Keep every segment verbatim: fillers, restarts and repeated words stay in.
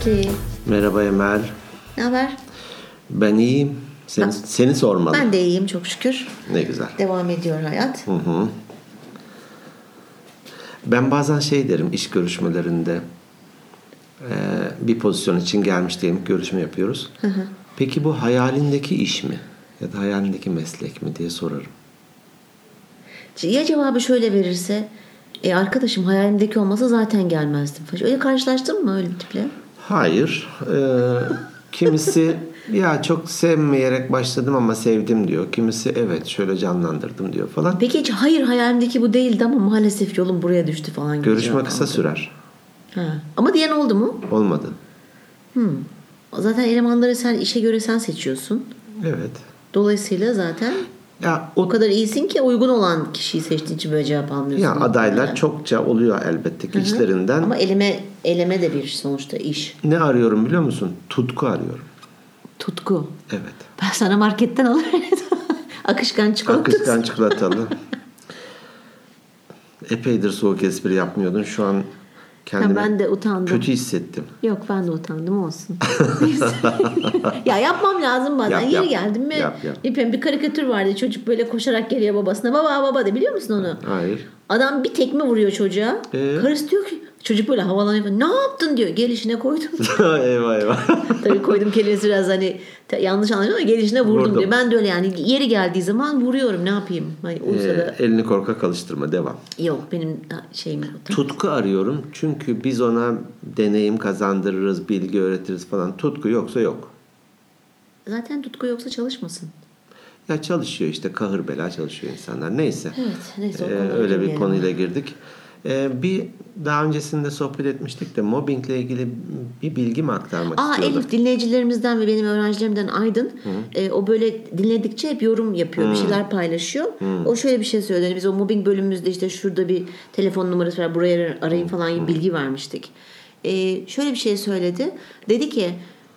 Zeki. Merhaba Emel. Ne haber? Ben iyiyim. Seni, ben, seni sormalı. Ben de iyiyim çok şükür. Ne güzel. Devam ediyor hayat. Hı hı. Ben bazen şey derim iş görüşmelerinde e, bir pozisyon için gelmiş diyelim görüşme yapıyoruz. Hı hı. Peki bu hayalindeki iş mi? Ya da hayalindeki meslek mi diye sorarım. Ya cevabı şöyle verirse e arkadaşım hayalimdeki olmasa zaten gelmezdim. Öyle karşılaştın mı öyle bir tiple? Hayır. E, kimisi ya çok sevmeyerek başladım ama sevdim diyor. Kimisi evet şöyle canlandırdım diyor falan. Peki hiç hayır hayalimdeki bu değildi ama maalesef yolum buraya düştü falan gibi. Görüşme kısa aldım. Sürer. Ha. Ama diyen oldu mu? Olmadı. Hmm. Zaten elemanları sen işe göre sen seçiyorsun. Evet. Dolayısıyla zaten ya o, o kadar iyisin ki uygun olan kişiyi seçtiğin için böyle cevap almıyorsun. Ya adaylar yani. Çokça oluyor elbette ki içlerinden. Ama eleme eleme de bir sonuçta iş. Ne arıyorum biliyor musun? Tutku arıyorum. Tutku. Evet. Ben sana marketten alırım. Akışkan çikolatası. Akışkan çikolatalı. Epeydir soğuk espri yapmıyordun. Şu an kendimi ben de utandım. Kötü hissettim. Yok ben de utandım olsun. Ya yapmam lazım bazen. Yap, Yeri yap. geldim mi? Yap, yap. Bir karikatür vardı. Çocuk böyle koşarak geliyor babasına. Baba baba de biliyor musun onu? Hayır. Adam bir tekme vuruyor çocuğa. Ee? Karısı diyor ki çocuk böyle havalanıyor. Ne yaptın diyor. Gelişine koydum. eyvah eyvah. Tabii koydum kelimesi biraz hani yanlış anlaşılıyor ama gelişine vurdum Vurdum. diyor. Ben de öyle yani yeri geldiği zaman vuruyorum. Ne yapayım? Hani ee, elini korkak alıştırma. Devam. Yok benim şeyim yok. Tutku arıyorum. Çünkü biz ona deneyim kazandırırız, bilgi öğretiriz falan. Tutku yoksa yok. Zaten tutku yoksa çalışmasın. Ya çalışıyor işte kahır bela çalışıyor insanlar. Neyse. Evet. Neyse ee, öyle bir konuyla girdik. Ee, bir daha öncesinde sohbet etmiştik de mobbingle ilgili bir bilgi mi aktarmak Aa, istiyordum? Elif dinleyicilerimizden ve benim öğrencilerimden Aydın e, o böyle dinledikçe hep yorum yapıyor. Hı. Bir şeyler paylaşıyor. Hı. O şöyle bir şey söyledi. Yani biz o mobbing bölümümüzde işte şurada bir telefon numarası var buraya arayın falan gibi bilgi vermiştik. E, şöyle bir şey söyledi. Dedi ki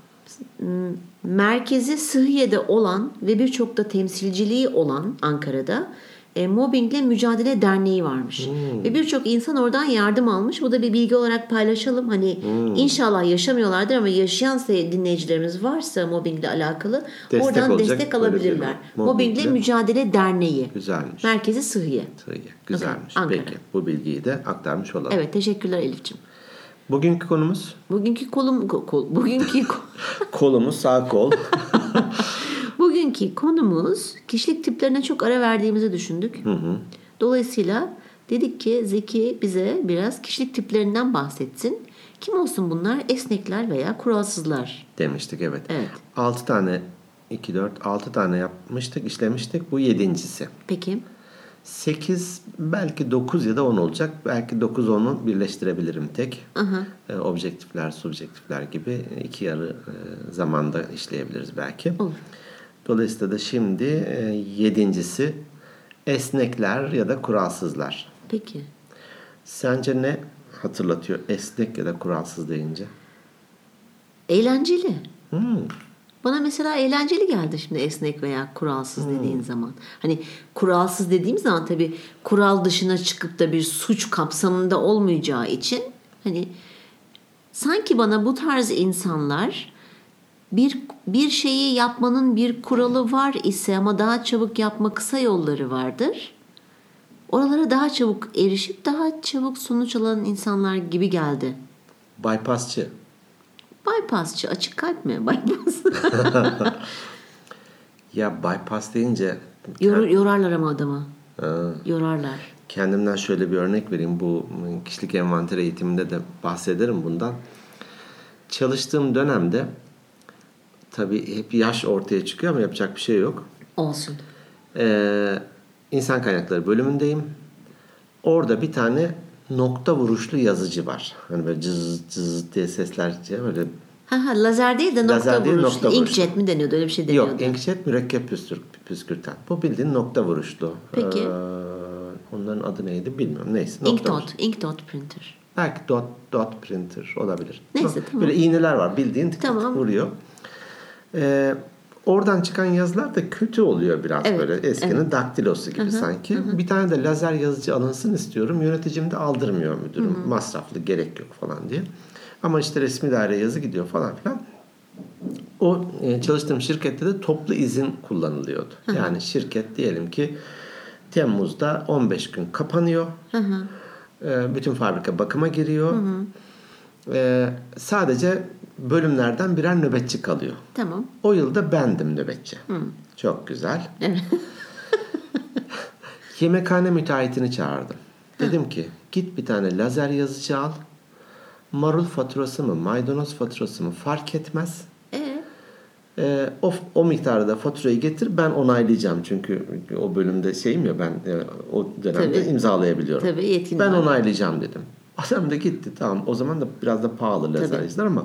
merkezi Sıhhiye'de olan ve birçok da temsilciliği olan Ankara'da E, Mobbingle Mücadele Derneği varmış. Hmm. Ve birçok insan oradan yardım almış. Bu da bir bilgi olarak paylaşalım. Hani hmm. inşallah yaşamıyorlardır ama yaşayan dinleyicilerimiz varsa mobbingle alakalı destek oradan destek alabilirler. Mobbingle, Mobbingle Mücadele Derneği. Güzelmiş. Merkezi Sıhhiye. Sıhhiye. Güzelmiş. Okay. Peki. Bu bilgiyi de aktarmış olalım. Evet. Teşekkürler Elif'ciğim. Bugünkü konumuz? Bugünkü kolum kol, bugünkü kolumuz sağ kol. Bugünkü konumuz kişilik tiplerine çok ara verdiğimizi düşündük. Hı hı. Dolayısıyla dedik ki Zeki bize biraz kişilik tiplerinden bahsetsin. Kim olsun bunlar? Esnekler veya kuralsızlar. Demiştik evet. Evet. altı tane iki dört altı tane yapmıştık, işlemiştik. Bu yedincisi. Peki. sekiz belki dokuz ya da on olacak. Belki dokuz onu birleştirebilirim tek. Aha. E, objektifler, subjektifler gibi iki yarı e, zamanda işleyebiliriz belki. Olur. Dolayısıyla da şimdi e, yedincisi esnekler ya da kuralsızlar. Peki. Sence ne hatırlatıyor esnek ya da kuralsız deyince? Eğlenceli. Hmm. Bana mesela eğlenceli geldi şimdi esnek veya kuralsız hmm. dediğin zaman. Hani kuralsız dediğim zaman tabii kural dışına çıkıp da bir suç kapsamında olmayacağı için hani sanki bana bu tarz insanlar bir bir şeyi yapmanın bir kuralı var ise ama daha çabuk yapma kısa yolları vardır. Oralara daha çabuk erişip daha çabuk sonuç alan insanlar gibi geldi. Bypassçı. Bypassçı, açık kalp mi? Bypass. Ya bypass deyince Yor, yorarlar ama adamı. Ha. Yorarlar. Kendimden şöyle bir örnek vereyim. Bu kişilik envanteri eğitiminde de bahsederim bundan. Çalıştığım dönemde tabii hep yaş ortaya çıkıyor ama yapacak bir şey yok. Olsun. Ee, İnsan kaynakları bölümündeyim. Orada bir tane nokta vuruşlu yazıcı var. Hani böyle cız cız diye sesler böyle. Ha ha lazer değil de nokta lazer değil, vuruşlu. Nokta inkjet vuruşlu. Mi deniyordu? Öyle bir şey deniyordu. Yok, inkjet mürekkep püskür, püskürten. Bu bildiğin nokta vuruşlu. Peki. Ee, onların adı neydi bilmiyorum. Neyse. Inkdot, Inkdot printer. Belki dot dot printer olabilir. Neyse tamam. Böyle iğneler var bildiğin tık tamam. tık vuruyor. Ee, oradan çıkan yazılar da kötü oluyor biraz evet, böyle. Eskinin evet. daktilosu gibi hı-hı, sanki. Hı-hı. Bir tane de lazer yazıcı alınsın istiyorum. Yöneticim de aldırmıyor müdürüm. Hı-hı. Masraflı gerek yok falan diye. Ama işte resmi daire yazı gidiyor falan filan. O e, çalıştığım şirkette de toplu izin kullanılıyordu. Hı hı. Yani şirket diyelim ki Temmuz'da on beş gün kapanıyor. Hı hı. E, bütün fabrika bakıma giriyor. Hı hı. E, sadece bölümlerden birer nöbetçi kalıyor. Tamam. O yılda bendim nöbetçi. Hı. Çok güzel. Evet. Yemekhane müteahhitini çağırdım. Dedim Hı. ki git bir tane lazer yazıcı al. Marul faturası mı, maydanoz faturası mı fark etmez. Ee? Ee, o, o miktarda faturayı getir, ben onaylayacağım. Çünkü o bölümde şeyim ya, ben e, o dönemde Tabii. imzalayabiliyorum. Tabii, yetkin ben var. onaylayacağım dedim. Adam da gitti. Tamam, o zaman da biraz da pahalı lazer yazılar ama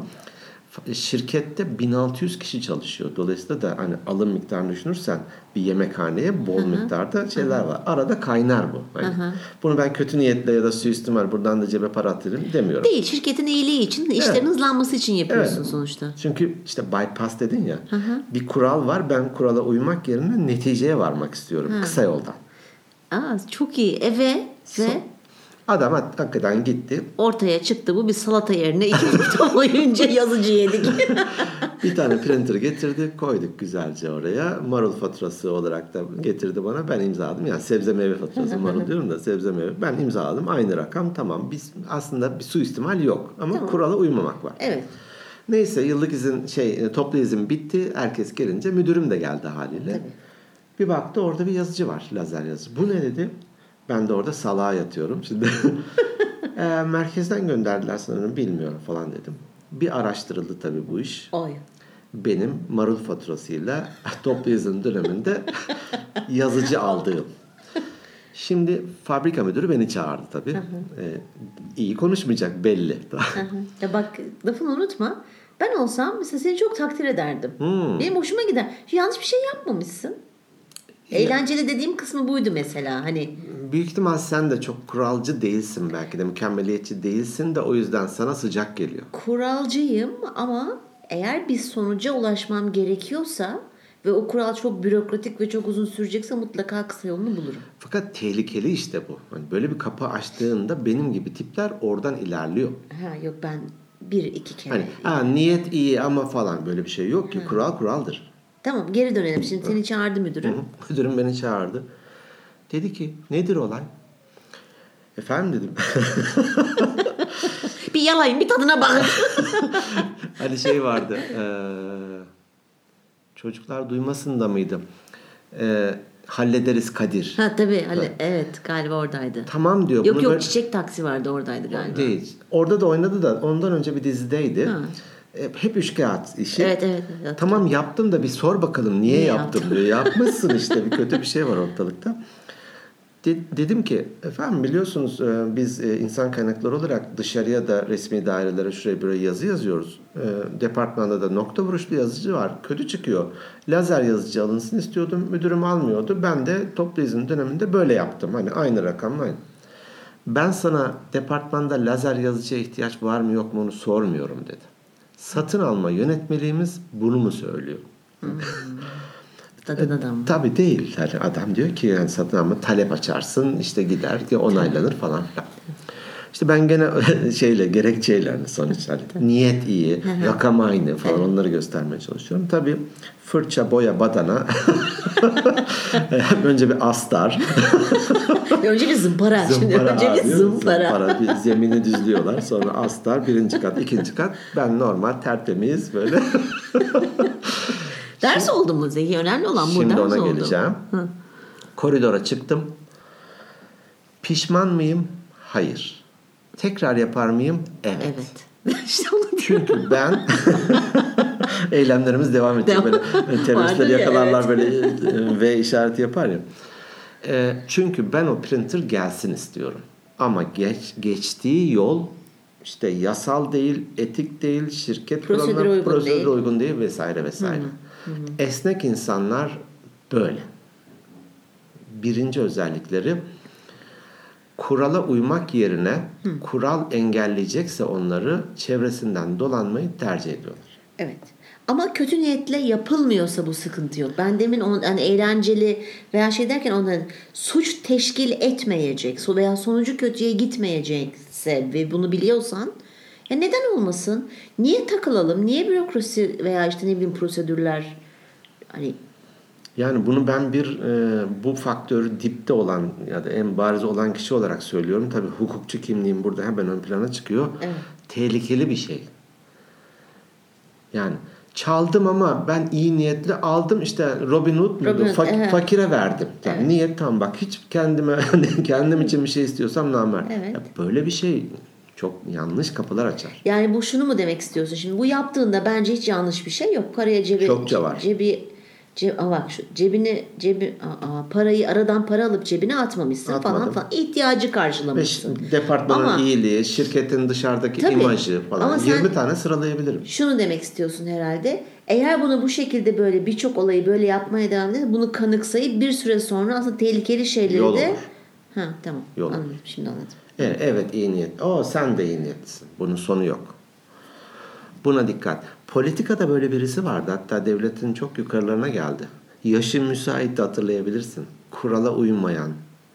şirkette bin altı yüz kişi çalışıyor. Dolayısıyla da hani alım miktarını düşünürsen bir yemekhaneye bol Hı-hı. miktarda şeyler Hı-hı. var. Arada kaynar bu. Hani bunu ben kötü niyetle ya da suistimal buradan da cebe para atırım demiyorum. Değil. Şirketin iyiliği için, işlerin evet. hızlanması için yapıyorsun evet. sonuçta. Çünkü işte bypass dedin ya. Hı-hı. Bir kural var. Ben kurala uymak yerine neticeye varmak istiyorum. Hı. Kısa yoldan. Aa, çok iyi. E ve? Son. ve? Adam hakikaten gitti. Ortaya çıktı bu bir salata yerine iki hafta boyunca yazıcı yedik. Bir tane printer getirdi, koyduk güzelce oraya. Marul faturası olarak da getirdi bana. Ben imzaladım. Yani sebze meyve faturası, marul diyorum da sebze meyve. Ben imzaladım. Aynı rakam, tamam. Biz aslında bir suistimal yok ama tamam. kurala uymamak var. Evet. Neyse, yıllık izin şey toplu izin bitti. Herkes gelince müdürüm de geldi haliyle. Tabii. Bir baktı, orada bir yazıcı var, lazer yazıcı. Bu ne dedi? Ben de orada salağa yatıyorum. Şimdi e, merkezden gönderdiler sanırım, bilmiyorum falan dedim. Bir araştırıldı tabii bu iş. Oy. Benim marul faturasıyla toplu izin döneminde yazıcı aldığım. Şimdi fabrika müdürü beni çağırdı tabii. Hı hı. E, iyi konuşmayacak belli. Hı hı. Ya bak, lafını unutma. Ben olsam mesela seni çok takdir ederdim. Hmm. Benim hoşuma gider. Yanlış bir şey yapmamışsın. Eğlenceli dediğim kısmı buydu mesela. Hani büyük ihtimal sen de çok kuralcı değilsin, belki de mükemmeliyetçi değilsin de o yüzden sana sıcak geliyor. Kuralcıyım ama eğer bir sonuca ulaşmam gerekiyorsa ve o kural çok bürokratik ve çok uzun sürecekse mutlaka kısa yolunu bulurum. Fakat tehlikeli işte bu. Hani böyle bir kapı açtığında benim gibi tipler oradan ilerliyor. Ha yok, ben bir iki kere. Hani ha, niyet iyi ama falan böyle bir şey yok ki. Ha. Kural kuraldır. Tamam, geri dönelim. Şimdi seni çağırdı müdürüm. Hı hı. Müdürüm beni çağırdı. Dedi ki nedir olay? Efendim dedim. Bir yalayın, bir tadına bakın. Hani şey vardı. E, çocuklar duymasın da mıydı? E, hallederiz Kadir. Ha tabii. Halle- evet galiba oradaydı. Tamam diyor. Yok yok böyle... Çiçek Taksi vardı, oradaydı galiba. Değil. Orada da oynadı da ondan önce bir dizideydi. Ha. Hep üç kağıt işi. Evet, evet, evet. Tamam yaptım da bir sor bakalım niye, niye yaptım diyor. Yapmışsın işte, bir kötü bir şey var ortalıkta. De- dedim ki efendim biliyorsunuz biz insan kaynakları olarak dışarıya da resmi dairelere şuraya buraya yazı yazıyoruz. Departmanda da nokta vuruşlu yazıcı var. Kötü çıkıyor. Lazer yazıcı alınsın istiyordum. Müdürüm almıyordu. Ben de toplu izin döneminde böyle yaptım. Hani aynı rakamla aynı. Ben sana departmanda lazer yazıcıya ihtiyaç var mı yok mu onu sormuyorum dedi. Satın alma yönetmeliğimiz bunu mu söylüyor? Hmm. Adam. Tabii değil. Yani adam diyor ki yani satın alma talep açarsın, işte gider ki onaylanır falan filan. İşte ben gene şeyle, gerekçeyle hani sonuç hani niyet iyi, rakam aynı falan onları göstermeye çalışıyorum. Tabii fırça, boya, badana. Önce bir astar. Önce bir zımpara. Zımpara Şimdi önce bir abi, zımpara. zımpara. Bir zemini düzlüyorlar. Sonra astar, birinci kat, ikinci kat. Ben normal tertemiz böyle. Ders şimdi, oldu mu Zeki? Önemli olan bu, ders oldu. Şimdi ona geleceğim. Hı. Koridora çıktım. Pişman mıyım? Hayır. Tekrar yapar mıyım? Evet. Evet. İşte onu çünkü ben eylemlerimiz devam ediyor. Böyle teröristleri yakalarlar ya, evet. Böyle V işareti yapar ya. E, çünkü ben o printer gelsin istiyorum. Ama geç, geçtiği yol işte yasal değil, etik değil, şirket kurallarına prosedüre uygun değil vesaire vesaire. Hı hı. Hı hı. Esnek insanlar böyle. Birinci özellikleri kurala uymak yerine Hı. kural engelleyecekse onları çevresinden dolanmayı tercih ediyorlar. Evet. Ama kötü niyetle yapılmıyorsa bu sıkıntı yok. Ben demin on, hani eğlenceli veya şey derken onların suç teşkil etmeyecek veya sonucu kötüye gitmeyecekse ve bunu biliyorsan Ya neden olmasın? Niye takılalım? Niye bürokrasi veya işte ne bileyim prosedürler hani Yani bunu ben bir e, bu faktörü dipte olan ya da en bariz olan kişi olarak söylüyorum. Tabii hukukçu kimliğim burada hemen ön plana çıkıyor. Evet. Tehlikeli bir şey. Yani çaldım ama ben iyi niyetli aldım işte Robin Hood muydu? Robin Hood, Fak- evet. fakire verdim. Yani Evet. niyet tam bak hiç kendime kendim için bir şey istiyorsam namert. Evet. Ya böyle bir şey çok yanlış kapılar açar. yani bu şunu mu demek istiyorsun? Şimdi bu yaptığında bence hiç yanlış bir şey yok. Paraya cebi Çokça var. cebi ce, aa bak şu cebini cebi aa, parayı aradan para alıp cebine atmamışsın Atmadım. falan falan. İhtiyacı Ve karşılamışsın. ş- departmanın Ama- iyiliği, şirketin dışarıdaki Tabii. imajı falan Ama sen- yirmi tane sıralayabilirim. Şunu demek istiyorsun herhalde. Eğer bunu bu şekilde böyle birçok olayı böyle yapmaya devam edersen bunu kanıksayıp bir süre sonra aslında tehlikeli şeyleri Yol de olur. ha tamam Yol olur. anladım şimdi anladım. Evet, evet iyi niyet. O sen de iyi niyetlisin. Bunun sonu yok. Buna dikkat. Politikada böyle birisi vardı. Hatta devletin çok yukarılarına geldi. Yaşı müsait de hatırlayabilirsin. Kurala uymayan.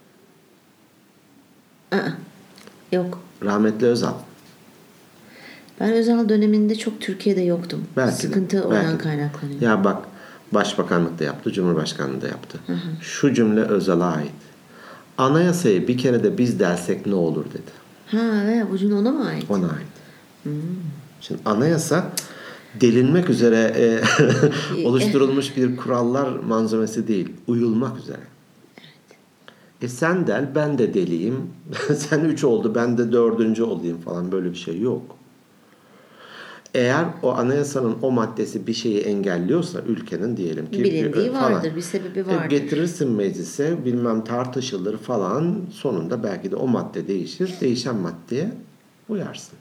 Aa, yok. Rahmetli Özal. Ben Özal döneminde çok Türkiye'de yoktum. Belki de, Sıkıntı oradan belki de. kaynaklanıyor. Ya bak başbakanlık da yaptı, cumhurbaşkanlığı da yaptı. Şu cümle Özal'a ait. Anayasayı bir kere de biz dersek ne olur dedi. Ha ve bu cümle ona mı ait? Ona ait. Şimdi anayasa delinmek üzere e, oluşturulmuş bir kurallar manzumesi değil. Uyulmak üzere. E sen del, ben de deliyim. Sen üç oldu, ben de dördüncü olayım falan böyle bir şey yok. Eğer o anayasanın o maddesi bir şeyi engelliyorsa ülkenin diyelim ki Bilindiği falan, vardır, bir sebebi e, vardır. getirirsin meclise bilmem tartışılır falan sonunda belki de o madde değişir. Değişen maddeye uyarsın.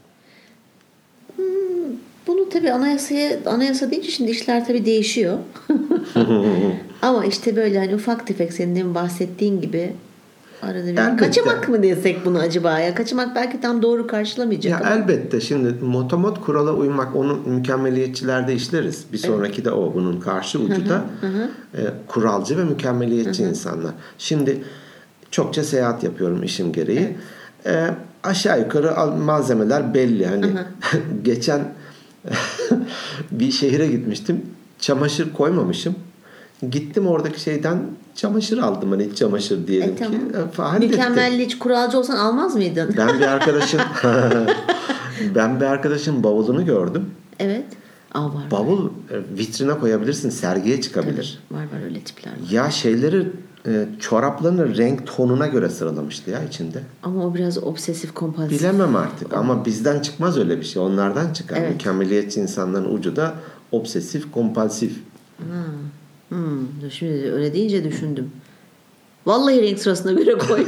Bunu tabii anayasaya anayasa deyince şimdi işler tabii değişiyor. Ama işte böyle hani ufak tefek senin demin bahsettiğin gibi arada bir Elbette. kaçamak mı desek bunu acaba ya? Kaçamak belki tam doğru karşılamayacak Ya ama. elbette şimdi motomot kurala uymak onu mükemmeliyetçilerde işleriz. Bir sonraki de o. Bunun karşı ucu da e, kuralcı ve mükemmeliyetçi insanlar. Şimdi çokça seyahat yapıyorum işim gereği. E, aşağı yukarı al- malzemeler belli. Hani geçen bir şehire gitmiştim. Çamaşır koymamışım. Gittim oradaki şeyden çamaşır aldım. Hani iç çamaşır diyelim E, tamam. ki. E, hallettim. Mükemmeliyetçi kuralcı olsan almaz mıydın? Ben bir arkadaşın ben bir arkadaşın bavulunu gördüm. Evet. Aa, var. var. Bavul e, vitrine koyabilirsin, sergiye çıkabilir. Var var öyle tipler var. Ya şeyleri e, çoraplarını renk tonuna göre sıralamıştı ya içinde. Ama o biraz obsesif kompulsif. Bilemem artık ama bizden çıkmaz öyle bir şey. Onlardan çıkar. Evet. Mükemmeliyetçi insanların ucu da obsesif kompulsif. Hmm, dur şimdi öyle deyince düşündüm. Vallahi renk sırasına göre koy.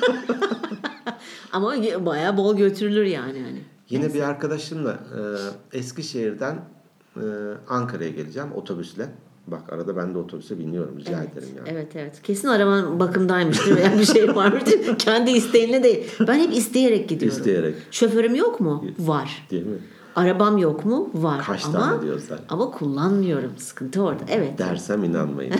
Ama bayağı bol götürülür yani hani. Yine Neyse. bir arkadaşımla e, Eskişehir'den e, Ankara'ya geleceğim otobüsle. Bak arada ben de otobüse biniyorum rica Evet, ederim yani. evet evet. Kesin araban bakımdaymıştır veya bir şey varmıştır. Kendi isteğinle değil. Ben hep isteyerek gidiyorum. İsteyerek. Şoförüm yok mu? Var. Değil mi? Arabam yok mu? Var. Kaç ama, tane diyorsan. Ama kullanmıyorum. Sıkıntı orada. Evet. Dersem inanmayın.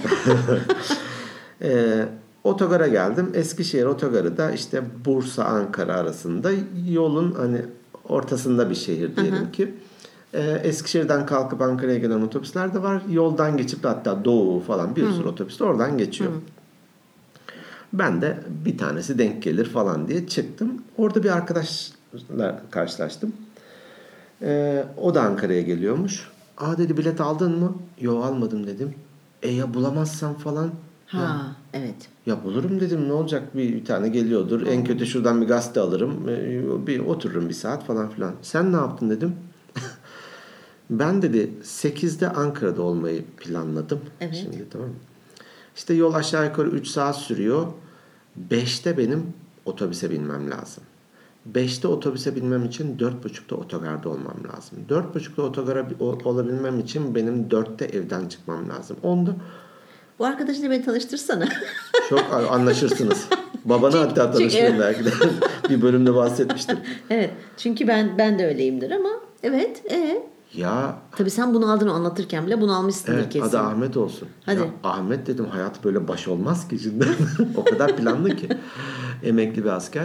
e, otogara geldim. Eskişehir otogarı da işte Bursa Ankara arasında yolun hani ortasında bir şehir diyelim ki. E, Eskişehir'den kalkıp Ankara'ya gelen otobüsler de var. Yoldan geçip hatta Doğu falan bir sürü otobüs de oradan geçiyor. Ben de bir tanesi denk gelir falan diye çıktım. Orada bir arkadaşla karşılaştım. Ee, o da Ankara'ya geliyormuş. Aa dedi bilet aldın mı? Yo almadım dedim. E ya bulamazsam falan. Ha Ya, evet. ya bulurum dedim ne olacak bir, bir tane geliyordur. En kötü şuradan bir gazete alırım. Ee, bir otururum bir saat falan filan. Sen ne yaptın dedim. Ben dedi sekizde Ankara'da olmayı planladım. Evet. Şimdi tamam mı? İşte yol aşağı yukarı üç saat sürüyor. beşte benim otobüse binmem lazım. beşte otobüse binmem için dört buçukta otogarda olmam lazım. dört buçukta otogara olabilmem için benim dörtte evden çıkmam lazım. onda Bu arkadaşını beni tanıştırsana. çok anlaşırsınız. Babanı Çünkü- hatta çünkü- tanıştırın belki de. Bir bölümde bahsetmiştim. Evet. Çünkü ben ben de öyleyimdir ama evet. E Ya tabii sen bunu aldığını anlatırken bile bunu almışsındır evet, kesin. adı Ahmet olsun. Hadi. Ya, Ahmet dedim hayat böyle baş olmaz ki şimdi. O kadar planlı ki. Emekli bir asker.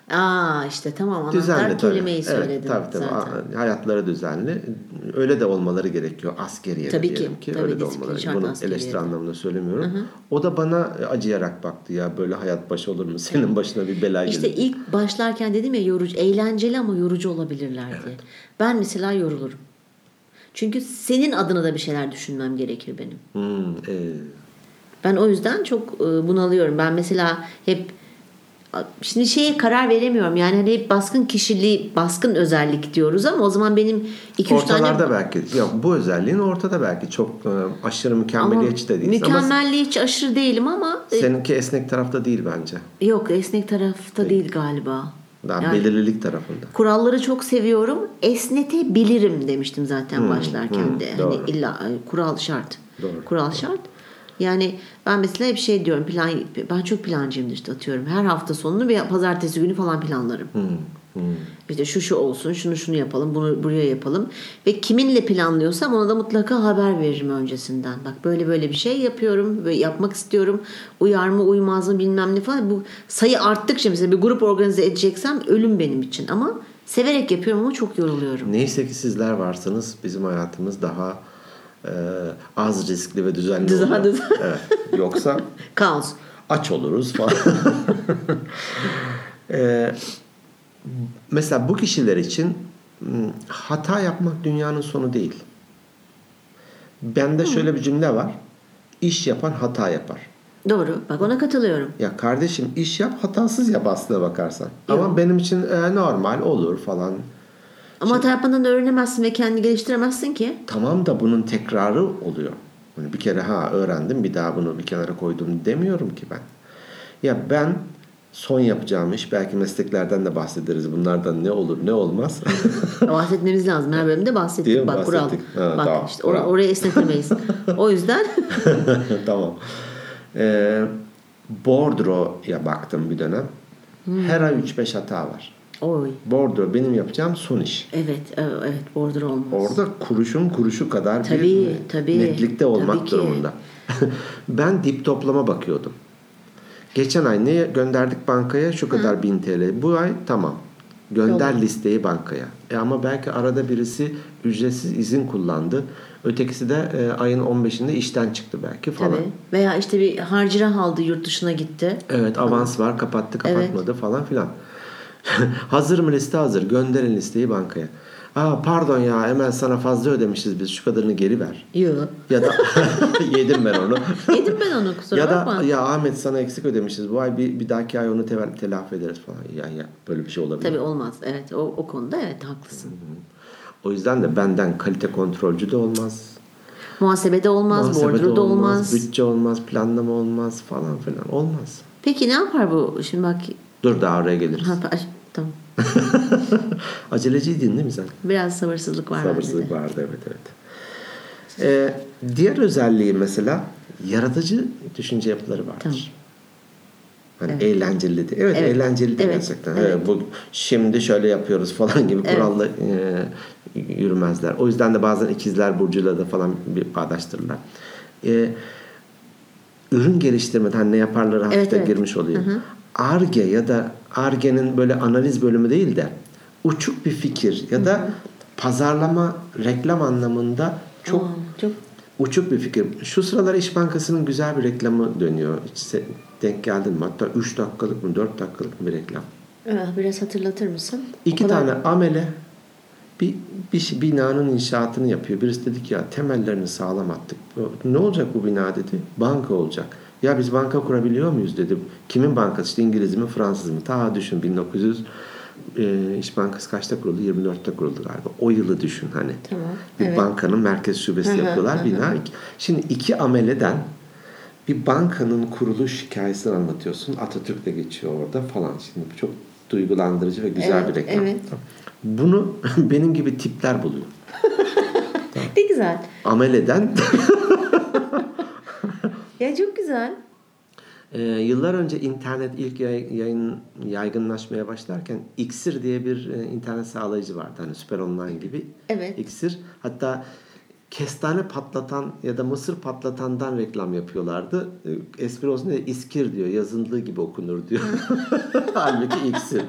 Aa işte tamam, anahtar Düzenli kelimeyi tabii. söyledin Evet, tabii tabii. zaten. Hayatları düzenli. Öyle de olmaları gerekiyor. Askeriye Tabii diyelim ki, ki. tabii, Öyle de disiplin olmaları. şart Bunu askeriyede. eleştiri anlamında söylemiyorum. Hı hı. O da bana acıyarak baktı ya, böyle hayat baş olur mu? Senin başına bir bela gelir. İşte ilk başlarken dedim ya, yorucu, eğlenceli ama yorucu olabilirler diye. Evet. Ben mesela yorulurum. Çünkü senin adına da bir şeyler düşünmem gerekir benim. Hmm, evet. Ben o yüzden çok bunalıyorum. Ben mesela hep şimdi şeye karar veremiyorum. Yani hani hep baskın kişiliği, baskın özellik diyoruz ama o zaman benim iki üç tane... Ortalarda belki. Yok, bu özelliğin ortada belki. Çok aşırı mükemmeliyetçi de değilsin. Mükemmelliyetçi aşırı değilim ama... Seninki esnek tarafta değil bence. Yok, esnek tarafta değil, değil galiba. Daha yani, belirlilik tarafında. Kuralları çok seviyorum. Esnetebilirim demiştim zaten hmm, başlarken hmm, de. Doğru. Hani illa kural şart. Doğru. Kural doğru. şart. Yani ben mesela hep şey diyorum, plan, ben çok plancıyımdır işte, atıyorum. Her hafta sonunu bir pazartesi günü falan planlarım. Hmm, hmm. İşte şu şu olsun, şunu şunu yapalım, bunu buraya yapalım. Ve kiminle planlıyorsam ona da mutlaka haber veririm öncesinden. Bak böyle böyle bir şey yapıyorum, böyle yapmak istiyorum. Uyar mı uymaz mı bilmem ne falan. Bu sayı arttıkça mesela bir grup organize edeceksem ölüm benim için. Ama severek yapıyorum ama çok yoruluyorum. Neyse ki sizler varsınız. Bizim hayatımız daha e, az riskli ve düzenli Düzen, oluyor. düzen. Evet. Yoksa kaos. Aç oluruz falan. e, mesela bu kişiler için hata yapmak dünyanın sonu değil. Bende hmm. şöyle bir cümle var. İş yapan hata yapar. Doğru. Bak ona katılıyorum. Ya kardeşim, iş yap, hatasız yap aslına bakarsan. Yok. Ama benim için e, normal olur falan. Ama hata yapmadan da öğrenemezsin ve kendini geliştiremezsin ki. Tamam da bunun tekrarı oluyor. Yani bir kere ha öğrendim, bir daha bunu bir kenara koydum demiyorum ki ben. Ya ben son yapacağım iş, belki mesleklerden de bahsederiz. Bunlardan ne olur ne olmaz. Bahsetmemiz lazım. Her bölümde bahsettik. Bak kural. Ha, Bak tamam, işte kural. Or- orayı esnetemeyiz. O yüzden. Tamam. Ee, Bordro'ya baktım bir dönem. Hmm. Her ay üç beş hata var. Oy. Bordro benim yapacağım son iş. Evet, evet, bordro olmaz. Orada kuruşun kuruşu kadar tabii, bir tabii, netlikte olmak tabii durumunda. Ben dip toplama bakıyordum. Geçen ay ne gönderdik bankaya? Şu kadar Hı. bin T L. Bu ay tamam. Gönder Yok. listeyi bankaya. E ama belki arada birisi ücretsiz izin kullandı. Ötekisi de e, ayın on beşinde işten çıktı belki falan. Tabii. Veya işte bir harcırah aldı, yurt dışına gitti. Evet, avans falan. var, kapattı kapatmadı evet. falan filan. Hazır mı liste? Hazır. Gönderin listeyi bankaya. Aa pardon ya, hemen sana fazla ödemişiz biz, şu kadarını geri ver. Yok. Ya da yedim ben onu. Yedim ben onu, kusura ya bakma. da ya Ahmet sana eksik ödemişiz bu ay, bir, bir dahaki ay onu te- telafi ederiz falan. Ya, ya böyle bir şey olabilir. Tabii olmaz. Evet, o, o konuda evet haklısın. Hı-hı. O yüzden de benden kalite kontrolcü de olmaz. Muhasebede olmaz, bordroda olmaz, olmaz. Bütçe olmaz, planlama olmaz falan filan. Olmaz. Peki ne yapar bu? Şimdi bak. Dur daha oraya geliriz. Ha, tamam. Aceleciydin değil mi sen? Biraz sabırsızlık var. Sabırsızlık vardı evet evet. Ee, diğer özelliği mesela yaratıcı düşünce yapıları vardır. Tamam. Hani evet. eğlenceli de. Evet, evet. eğlenceli de evet. gerçekten. Evet. Evet, bu şimdi şöyle yapıyoruz falan gibi evet. kurallı e, yürümezler. O yüzden de bazen ikizler burcuyla da falan bir bağdaştırırlar. E, ürün geliştirmeden ne yaparları hafifte evet, evet. girmiş oluyor. Hı hı. Ar-Ge ya da Ar-Ge'nin böyle analiz bölümü değil de uçuk bir fikir ya da hı hı. pazarlama, reklam anlamında çok, Aa, çok uçuk bir fikir. Şu sıralar İş Bankası'nın güzel bir reklamı dönüyor. Hiç denk geldin mi? Hatta üç dakikalık mı dört dakikalık mı bir reklam. Biraz hatırlatır mısın? İki kadar... tane amele bir, bir binanın inşaatını yapıyor. Birisi dedi ki ya temellerini sağlam attık. Ne olacak bu bina dedi. Banka olacak. Ya biz banka kurabiliyor muyuz dedim. Kimin bankası? İşte İngiliz mi Fransız mı? Ta düşün bin dokuz yüz e, İş Bankası kaçta kuruldu? yirmi dörtte kuruldu galiba. O yılı düşün hani. Tamam. Bir evet. bankanın merkez şubesi hı-hı, yapıyorlar. Hı-hı. Bina. Şimdi iki ameleden bir bankanın kuruluş hikayesini anlatıyorsun. Atatürk de geçiyor orada falan. Şimdi çok duygulandırıcı ve güzel evet, bir reklam. Evet. Bunu benim gibi tipler buluyor. Tamam. Ne güzel. Ameleden ya çok güzel. Ee, yıllar önce internet ilk yayın yaygınlaşmaya başlarken İksir diye bir e, internet sağlayıcı vardı. Hani Süper Online gibi. Evet. İksir. Hatta kestane patlatan ya da mısır patlatandan reklam yapıyorlardı. Espri olsun diye iskir diyor. Yazıldığı gibi okunur diyor. Halbuki iksir.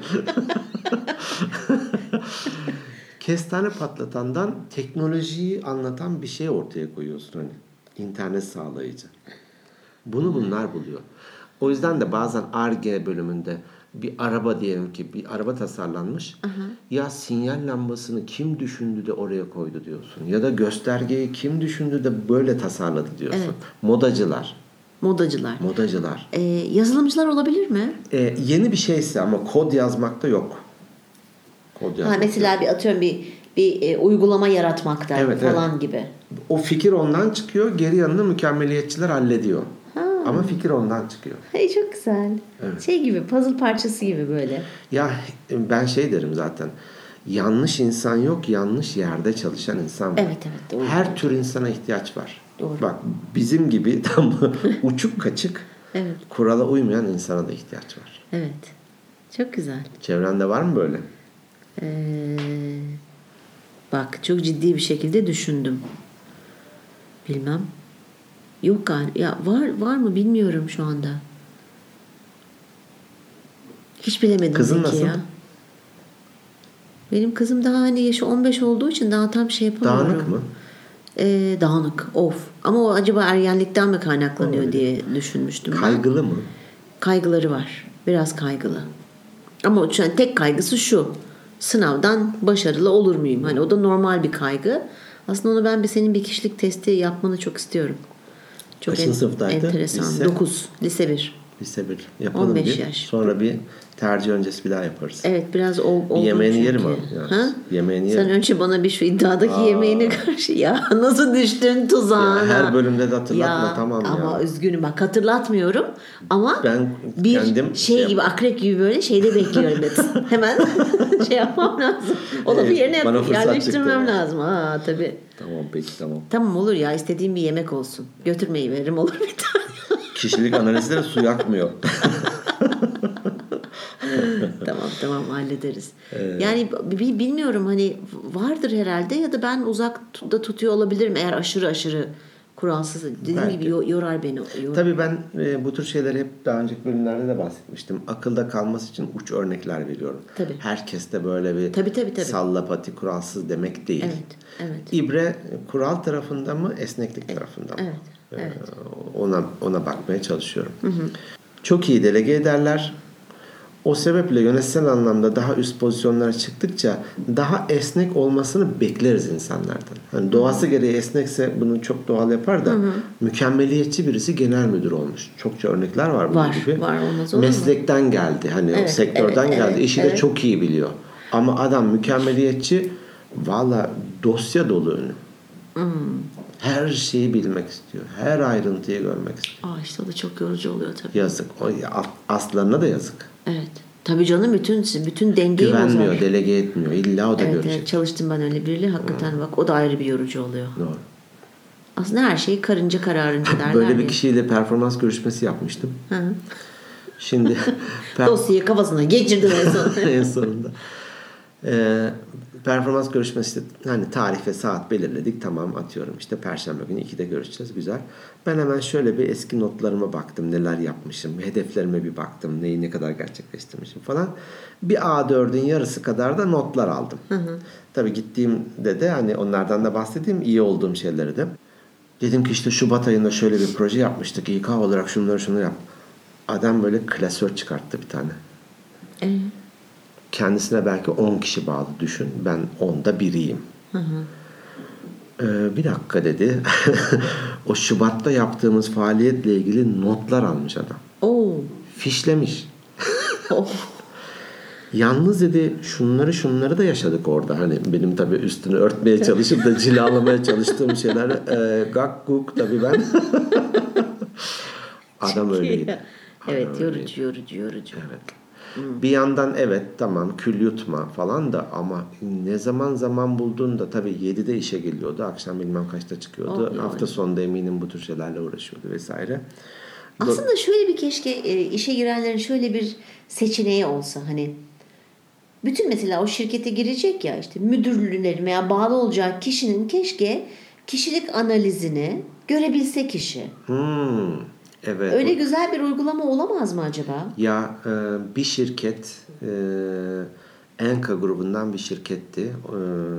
Kestane patlatandan teknolojiyi anlatan bir şey ortaya koyuyorsun hani. İnternet sağlayıcı. Bunu bunlar buluyor. O yüzden de bazen Ar-Ge bölümünde bir araba diyelim ki bir araba tasarlanmış. Aha. Ya sinyal lambasını kim düşündü de oraya koydu diyorsun. Ya da göstergeyi kim düşündü de böyle tasarladı diyorsun. Evet. Modacılar. Modacılar. Modacılar. Ee, yazılımcılar olabilir mi? Ee, yeni bir şeyse ama kod yazmakta yok. Kod ha, mesela yok. bir atıyorum bir bir e, uygulama yaratmakta evet, falan evet. gibi. O fikir ondan çıkıyor. Geri yanını mükemmeliyetçiler hallediyor. Ha. Ama fikir ondan çıkıyor. Hey, çok güzel. Evet. Şey gibi, puzzle parçası gibi böyle. Ya ben şey derim zaten. Yanlış insan yok, yanlış yerde çalışan insan var. Evet evet. Doğru. Her tür insana ihtiyaç var. Doğru. Bak bizim gibi tam uçuk kaçık evet. kurala uymayan insana da ihtiyaç var. Evet. Çok güzel. Çevrende var mı böyle? Ee, bak çok ciddi bir şekilde düşündüm. Bilmem. Yok galiba. Ya var var mı bilmiyorum şu anda. Hiç bilemedim. Kızın nasıl? Ya. Benim kızım daha hani yaşı on beş olduğu için daha tam şey yapamıyorum. Dağınık mı? Ee, dağınık. Of. Ama o acaba ergenlikten mi kaynaklanıyor Öyle. diye düşünmüştüm. Kaygılı ben. mı? Kaygıları var. Biraz kaygılı. Ama şu an tek kaygısı şu. Sınavdan başarılı olur muyum? Hani o da normal bir kaygı. Aslında onu ben bir senin bir kişilik testi yapmanı çok istiyorum. Çok Kaçıncı sınıftaydı? Enteresan. Lise? dokuz. Lise bir. Lise bir. Yapalım on beş bir. yaş. Sonra bir tercih öncesi bir daha yaparız. Evet biraz ol, bir yemeğini çünkü. yerim abi. Ha? Yemeğini Sen yerim. önce bana bir şu iddiadaki Aa. yemeğine karşı ya nasıl düştün tuzağına. Ya her bölümde de hatırlatma ya, tamam ya. Ama üzgünüm bak hatırlatmıyorum ama ben bir kendim şey, şey gibi akrep gibi böyle şeyde bekliyorum. Hemen şey yapmam lazım. Onu bir yerine yap, yerleştirmem lazım. Ha tabii. Tamam peki tamam. Tamam olur ya istediğim bir yemek olsun. Götürmeyi veririm olur bir tane. Kişilik analizleri su yakmıyor. tamam tamam hallederiz. Ee, yani bilmiyorum hani vardır herhalde ya da ben uzakta tutuyor olabilirim eğer aşırı aşırı kuralsız. Dediğim belki. gibi yorar beni. Yorar. Tabii ben e, bu tür şeyleri hep daha önceki bölümlerde de bahsetmiştim. Akılda kalması için uç örnekler veriyorum. Tabii. Herkes de böyle bir tabii, tabii, tabii. salla pati kuralsız demek değil. Evet, evet. İbre kural tarafında mı esneklik evet, tarafında mı? Evet. Evet. Ona ona bakmaya çalışıyorum. Hı hı. Çok iyi delege ederler. O sebeple yönetsel anlamda daha üst pozisyonlara çıktıkça daha esnek olmasını bekleriz insanlardan. Hani doğası gereği esnekse bunu çok doğal yapar da hı hı. mükemmeliyetçi birisi genel müdür olmuş. Çokça örnekler var bunun var, gibi. Var, olmaz olur Meslekten mu? geldi. Hani evet, o sektörden evet, geldi. Evet, İşi evet. de çok iyi biliyor. Ama adam mükemmeliyetçi valla dosya dolu önü. Hmm. Her şeyi bilmek istiyor. Her ayrıntıyı görmek istiyor. Aa işte o da çok yorucu oluyor tabii. Yazık. O, aslarına da yazık. Evet. Tabii canım bütün bütün dengeyi bozar. Güvenmiyor, delege etmiyor. İlla o da evet, görecek. Evet, çalıştım ben öyle biriyle. Hakikaten hmm. bak o da ayrı bir yorucu oluyor. Doğru. Aslında her şey karınca kararınca derler. Böyle bir kişiyle performans görüşmesi yapmıştım. Hı hı. Şimdi per- dosyayı kafasına geçirdim en sonunda. en sonunda. Ee, performans görüşmesi hani tarih ve saat belirledik. Tamam atıyorum işte perşembe günü ikide görüşeceğiz. Güzel. Ben hemen şöyle bir eski notlarıma baktım. Neler yapmışım. Hedeflerime bir baktım. Neyi ne kadar gerçekleştirmişim falan. Bir A dördün yarısı kadar da notlar aldım. Hı hı. Tabii gittiğimde de hani onlardan da bahsedeyim. İyi olduğum şeyleri de. Dedim ki işte Şubat ayında şöyle bir proje yapmıştık. İK olarak şunları şunları yap. Adam böyle klasör çıkarttı bir tane. Evet. Kendisine belki on kişi bağlı düşün. Ben onda biriyim. Hı hı. Ee, bir dakika dedi. O Şubat'ta yaptığımız faaliyetle ilgili notlar almış adam. Oo. Fişlemiş. Oh. Yalnız dedi şunları şunları da yaşadık orada. Hani benim tabii üstünü örtmeye çalışıp da cilalamaya çalıştığım şeyler e, gak guk tabii ben. Adam öyleydi. Evet Adam yorucu öyleydi. yorucu yorucu. Evet. Hmm. Bir yandan evet tamam kül yutma falan da ama ne zaman zaman bulduğunda tabii yedide işe geliyordu. Akşam bilmem kaçta çıkıyordu. Oh, hafta sonunda eminim bu tür şeylerle uğraşıyordu vesaire. Aslında şöyle bir keşke e, işe girenlerin şöyle bir seçeneği olsa hani bütün mesela o şirkete girecek ya işte müdürlüğüne veya bağlı olacağı kişinin keşke kişilik analizini görebilse kişi. Hmm, evet. Öyle güzel bir uygulama olamaz mı acaba? Ya e, bir şirket e, Enka grubundan bir şirketti. E,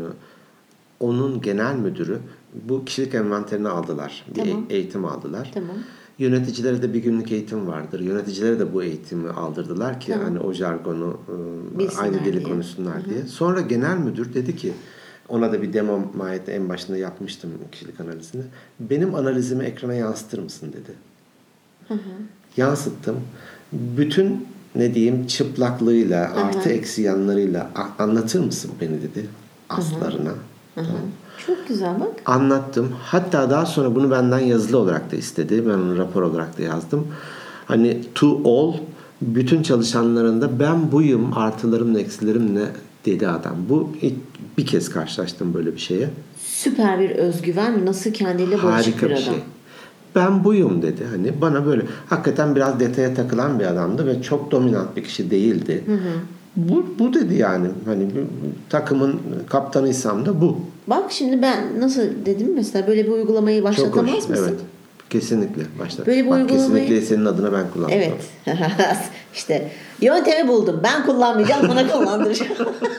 onun genel müdürü bu kişilik envanterini aldılar. Bir Tamam. e- eğitim aldılar. Tamam. Yöneticilere de bir günlük eğitim vardır. Yöneticilere de bu eğitimi aldırdılar ki Tamam. hani o jargonu e, Bilsinler aynı dili diye. konuşsunlar Hı hı. diye. Sonra genel müdür dedi ki, ona da bir demo mahiyeti en başında yapmıştım kişilik analizini. Benim analizimi ekrana yansıtır mısın dedi. Hı hı. Yansıttım. Bütün ne diyeyim çıplaklığıyla, Hı hı. artı eksi yanlarıyla a- anlatır mısın beni dedi. Aslarına. Hı hı. Tamam. Çok güzel bak. Anlattım. Hatta daha sonra bunu benden yazılı olarak da istedi. Ben onu rapor olarak da yazdım. Hani to all, bütün çalışanlarında ben buyum, artılarımla eksilerimle dedi adam. Bu ilk bir kez karşılaştım böyle bir şeye. Süper bir özgüven. Nasıl kendiyle barışık Harika bir bir adam. şey. Ben buyum dedi. Hani bana böyle hakikaten biraz detaya takılan bir adamdı ve çok dominant bir kişi değildi. Hı hı. Bu, bu dedi yani. Hani bir- takımın kaptanıysam da bu. Bak şimdi ben nasıl dedim mesela böyle bir uygulamayı Çok başlatamaz hoş. mısın? Evet. Kesinlikle başla. Böyle bir Bak, uygulamayı- kesinlikle senin adına ben kullanacağım. Evet. İşte yöntemi buldum. Ben kullanmayacağım. Bana kullandıracağım.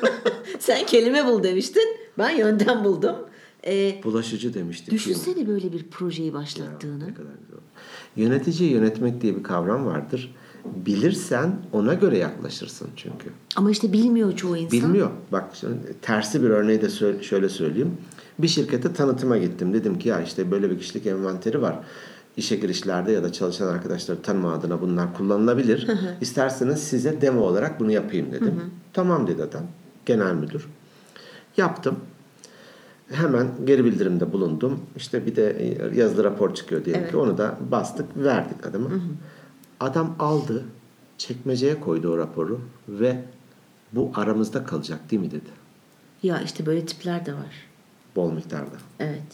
Sen kelime bul demiştin. Ben yöntem buldum. Ee, Bulaşıcı demiştik. düşünsene böyle bir projeyi başlattığını. Ne kadar güzel. Yöneticiyi yönetmek diye bir kavram vardır. Bilirsen ona göre yaklaşırsın çünkü. Ama işte bilmiyor çoğu insan. Bilmiyor. Bak şimdi tersi bir örneği de sö- şöyle söyleyeyim. Bir şirkete tanıtıma gittim. Dedim ki ya işte böyle bir kişilik envanteri var. İşe girişlerde ya da çalışan arkadaşları tanıma adına bunlar kullanılabilir. İsterseniz size demo olarak bunu yapayım dedim. Tamam dedi adam. Genel müdür. Yaptım. Hemen geri bildirimde bulundum. İşte bir de yazılı rapor çıkıyor diyelim Evet. ki onu da bastık, verdik adama. Adam aldı, çekmeceye koydu o raporu ve bu aramızda kalacak değil mi dedi. Ya işte böyle tipler de var. Bol miktarda. Evet.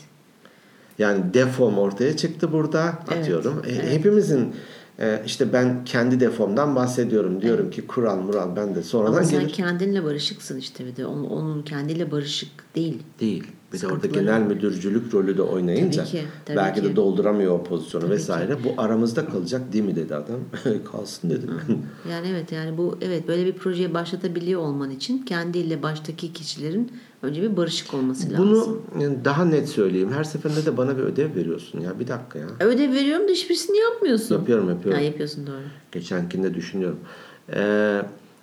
Yani defom ortaya çıktı burada Evet, atıyorum. E, evet. hepimizin e, işte ben kendi defomdan bahsediyorum. Diyorum ki kural mural ben de sonradan Ama sen gelir. kendinle barışıksın işte bir de. Onun, onun kendiyle barışık değil. Değil. Bir de orada Sıkıntıları. genel müdürcülük rolü de oynayınca Tabii ki, tabii belki ki. de dolduramıyor o pozisyonu Tabii vesaire. Bu aramızda kalacak değil mi dedi adam. Kalsın dedim. Yani evet yani bu evet böyle bir projeye başlatabiliyor olman için kendiyle baştaki kişilerin önce bir barışık olması lazım. Bunu yani daha net söyleyeyim. Her seferinde de bana bir ödev veriyorsun ya. Bir dakika ya. Ödev veriyorum da hiçbirisini yapmıyorsun. Yapıyorum yapıyorum. Ha, yapıyorsun doğru. Geçenkinde düşünüyorum. Ee,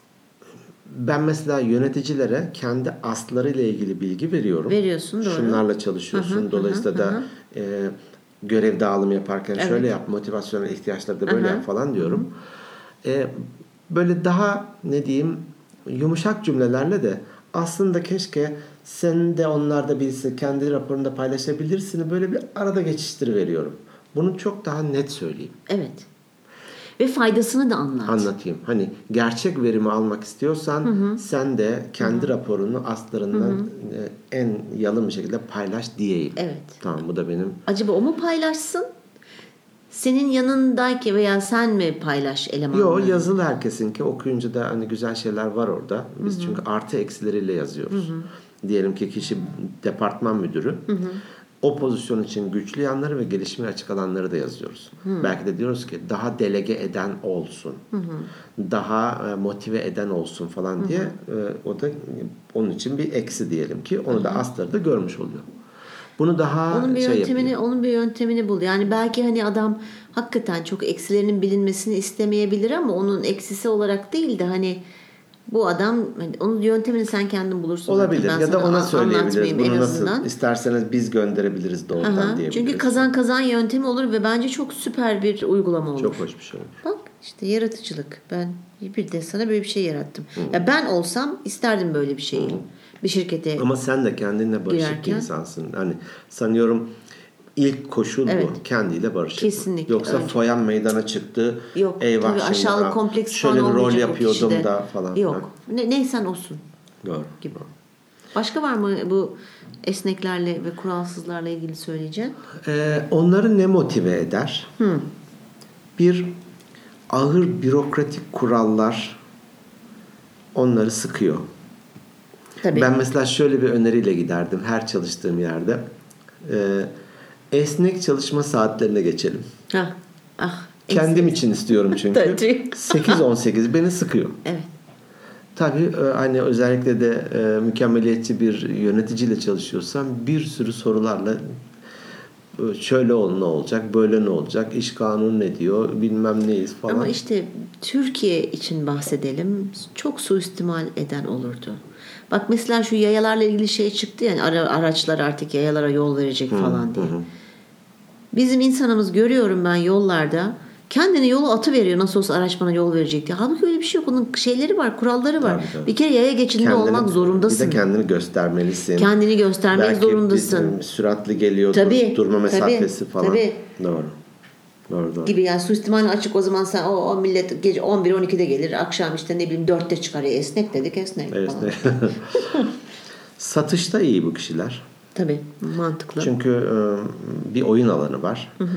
ben mesela yöneticilere kendi aslarıyla ilgili bilgi veriyorum. Veriyorsun doğru. Şunlarla çalışıyorsun. Hı hı, Dolayısıyla hı hı. da e, görev dağılımı yaparken Evet. şöyle yap, motivasyonel ihtiyaçları da böyle Hı hı. yap falan diyorum. E, böyle daha ne diyeyim yumuşak cümlelerle de aslında keşke sen de onlar da bilse kendi raporunda paylaşabilirsin. Böyle bir arada geçiştiriveriyorum. Bunu çok daha net söyleyeyim. Evet. Ve faydasını da anlat. Anlatayım. Hani gerçek verimi almak istiyorsan Hı hı. sen de kendi Hı hı. raporunu aslarından Hı hı. e, en yalın bir şekilde paylaş diyeyim. Evet. Tamam bu da benim. Acaba o mu paylaşsın? Senin yanındaki veya sen mi paylaş elemanları? Yo yazılı herkesinki okuyunca da hani güzel şeyler var orada. Biz çünkü artı eksileriyle yazıyoruz. Diyelim ki kişi departman müdürü. Hı hı. O pozisyon için güçlü yanları ve gelişmeye açık alanları da yazıyoruz. Belki de diyoruz ki daha delege eden olsun. Hı hı. Daha e, motive eden olsun falan diye e, o da onun için bir eksi diyelim ki onu da asları da görmüş oluyor. Bunu daha Onun bir şey yöntemini yapayım. onun bir yöntemini bul. Yani belki hani adam hakikaten çok eksilerinin bilinmesini istemeyebilir ama onun eksisi olarak değil de hani bu adam hani onun yöntemini sen kendin bulursun. Olabilir Ben ya da sana ona an- söyleyebiliriz. anlatmayayım Bunu en nasıl azından. isterseniz biz gönderebiliriz doğrudan Aha, diyebiliriz. çünkü kazan kazan yöntemi olur ve bence çok süper bir uygulama olur. Çok hoş bir şey olur. Bak işte yaratıcılık. Ben bir de sana böyle bir şey yarattım. Ya ben olsam isterdim böyle bir şeyi. Bir şirkete. Ama sen de kendinle barışık Girerken- bir insansın. Hani sanıyorum ilk koşul Evet. bu. Kendiyle barışık. Kesinlikle, Yoksa önce. foyan meydana çıktı. Yok Eyvah tabii şimdi aşağılık ha, kompleks şöyle falan bir rol olmayacak o yapıyordum kişide. da falan. Yok. Ne, neysen olsun Doğru. gibi. Başka var mı bu esneklerle ve kuralsızlarla ilgili söyleyeceğim? Ee, onları ne motive eder? Hı. Bir ağır bürokratik kurallar onları sıkıyor. Tabii. Ben mesela şöyle bir öneriyle giderdim her çalıştığım yerde. Ee, esnek çalışma saatlerine geçelim. Hah, ah, Kendim için istiyorum çünkü. sekiz on sekiz beni sıkıyor. Evet. Tabii hani özellikle de e, mükemmeliyetçi bir yöneticiyle çalışıyorsam bir sürü sorularla şöyle ol ne olacak, böyle ne olacak, iş kanunu ne diyor, bilmem neyiz falan. Ama işte Türkiye için bahsedelim. Çok suistimal eden olurdu. Bak mesela şu yayalarla ilgili şey çıktı yani ara, araçlar artık yayalara yol verecek hı, falan diye. Hı. Bizim insanımız görüyorum ben yollarda kendini yolu atıveriyor nasıl olsa araç bana yol verecek diye. Halbuki öyle bir şey yok. Onun şeyleri var, kuralları var. Tabii, tabii. Bir kere yaya geçidinde kendini, olmak zorundasın. Bir de kendini göstermelisin. Kendini göstermek belki zorundasın. Belki süratli geliyor, tabii, durma mesafesi tabii, falan. Tabii. Doğru. Doğru, doğru. Gibi yani suistimal açık o zaman sen o, o millet gece on bir on ikide gelir akşam işte ne bileyim dörtte çıkar ya esnek dedik esnek falan. Esnek. Satışta iyi bu kişiler. Tabii mantıklı. Çünkü bir oyun alanı var. Hı hı.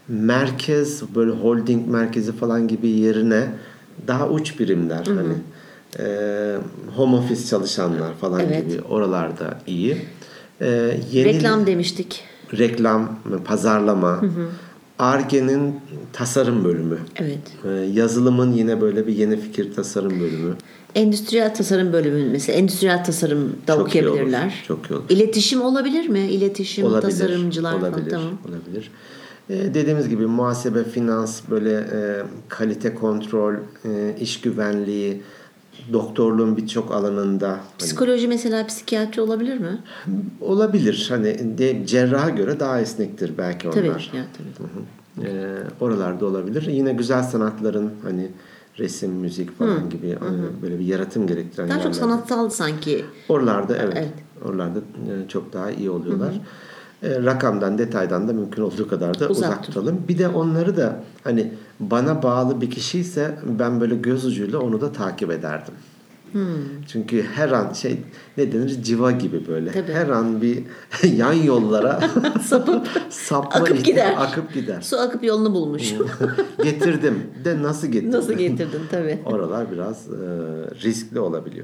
Merkez böyle holding merkezi falan gibi yerine daha uç birimler hı hı. hani e, home office çalışanlar falan evet. gibi oralarda iyi. E, yeni reklam demiştik. Reklam, pazarlama, Ar-Ge'nin tasarım bölümü. Evet. E, yazılımın yine böyle bir yeni fikir tasarım bölümü. Endüstriyel tasarım bölümü mesela endüstriyel tasarım da çok okuyabilirler. Iyi çok iyi olur. İletişim olabilir mi? İletişim olabilir, tasarımcılar olabilir, falan tamam. Olabilir. Ee, dediğimiz gibi muhasebe, finans, böyle e, kalite kontrol, e, iş güvenliği, doktorluğun birçok alanında. Psikoloji hani, mesela psikiyatri olabilir mi? Olabilir. Hani de, cerraha göre daha esnektir belki onlar. Tabii. Ya, tabii. Hı hı. Ee, oralarda olabilir. Yine güzel sanatların hani resim, müzik falan hı. gibi hı hı. böyle bir yaratım gerektiren daha yerlerde. Çok sanatsal sanki. Oralarda evet. evet. Oralarda çok daha iyi oluyorlar. Hı hı. E, rakamdan, detaydan da mümkün olduğu kadar da uzak, uzak tutalım. Bir de onları da hani bana bağlı bir kişiyse ben böyle göz ucuyla onu da takip ederdim. Hmm. Çünkü her an şey ne denir civa gibi böyle. Tabii. Her an bir yan yollara sapıp sapma akıp gider. Akıp gider. Su akıp yolunu bulmuş. Getirdim. De nasıl getirdim? Nasıl getirdin tabii. Oralar biraz e, riskli olabiliyor.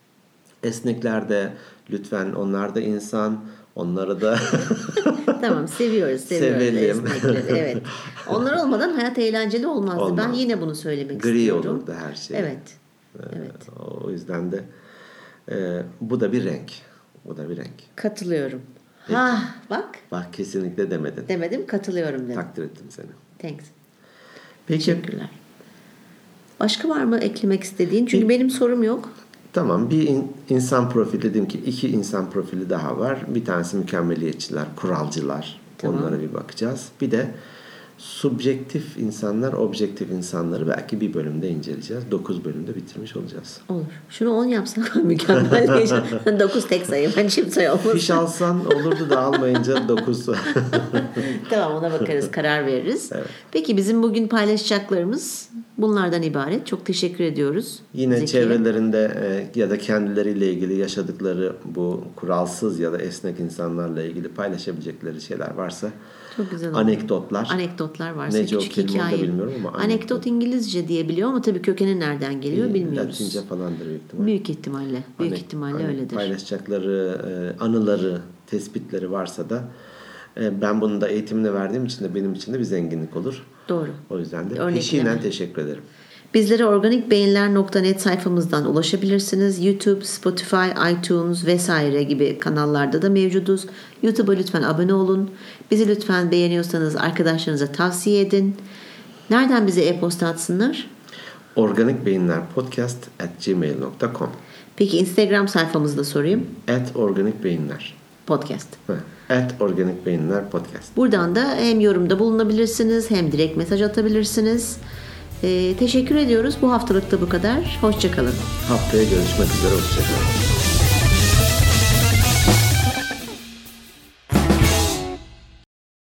Esneklerde lütfen onlar da insan. Onları da tamam seviyoruz, seviyoruz sevelim. Esnekleri. Evet. Onlar olmadan hayat eğlenceli olmazdı. Olmaz. Ben yine bunu söylemek Gri istiyorum. Gri olurdu her şey. Evet. Ee, evet. O yüzden de e, bu da bir renk. Bu da bir renk. Katılıyorum. Peki. Ha, bak. Bak kesinlikle demedin. Demedim, katılıyorum dedim. Takdir ettim seni. Thanks. Peki. Teşekkürler. Başka var mı eklemek istediğin? Çünkü bir, benim sorum yok. Tamam. Bir in, insan profili dedim ki iki insan profili daha var. Bir tanesi mükemmeliyetçiler, kuralcılar. Tamam. Onlara bir bakacağız. Bir de subjektif insanlar, objektif insanları belki bir bölümde inceleyeceğiz. Dokuz bölümde bitirmiş olacağız. Olur. Şunu on yapsak mükemmel. Dokuz tek sayı. Ben çift sayı olmasın. Fiş alsan olurdu da almayınca dokuz. Tamam ona bakarız. Karar veririz. Evet. Peki bizim bugün paylaşacaklarımız bunlardan ibaret. Çok teşekkür ediyoruz. Yine Zekiye. Çevrelerinde ya da kendileriyle ilgili yaşadıkları bu kuralsız ya da esnek insanlarla ilgili paylaşabilecekleri şeyler varsa çok güzel anekdotlar. Anekdotlar varsa nece küçük hikaye. Bilmiyorum ama anekdot. anekdot İngilizce diye biliyor ama tabii kökeni nereden geliyor İyi, bilmiyoruz. Latince falandır büyük ihtimalle. Büyük ihtimalle. Büyük Anek, ihtimalle anek, öyledir. Paylaşacakları anıları, tespitleri varsa da ben bunun da eğitimini verdiğim için de benim için de bir zenginlik olur. Doğru. O yüzden de peşinen teşekkür ederim. Bizlere organikbeyinler nokta net sayfamızdan ulaşabilirsiniz. YouTube, Spotify, iTunes vesaire gibi kanallarda da mevcuduz. YouTube'a lütfen abone olun. Bizi lütfen beğeniyorsanız arkadaşlarınıza tavsiye edin. Nereden bize e-posta atsınlar? organikbeyinlerpodcast at gmail nokta com Peki Instagram sayfamızı da sorayım. At organikbeyinler. Podcast. At organikbeyinler podcast. Buradan da hem yorumda bulunabilirsiniz hem direkt mesaj atabilirsiniz. Ee, teşekkür ediyoruz. Bu haftalık da bu kadar. Hoşça kalın. Haftaya görüşmek üzere. Hoşça kalın.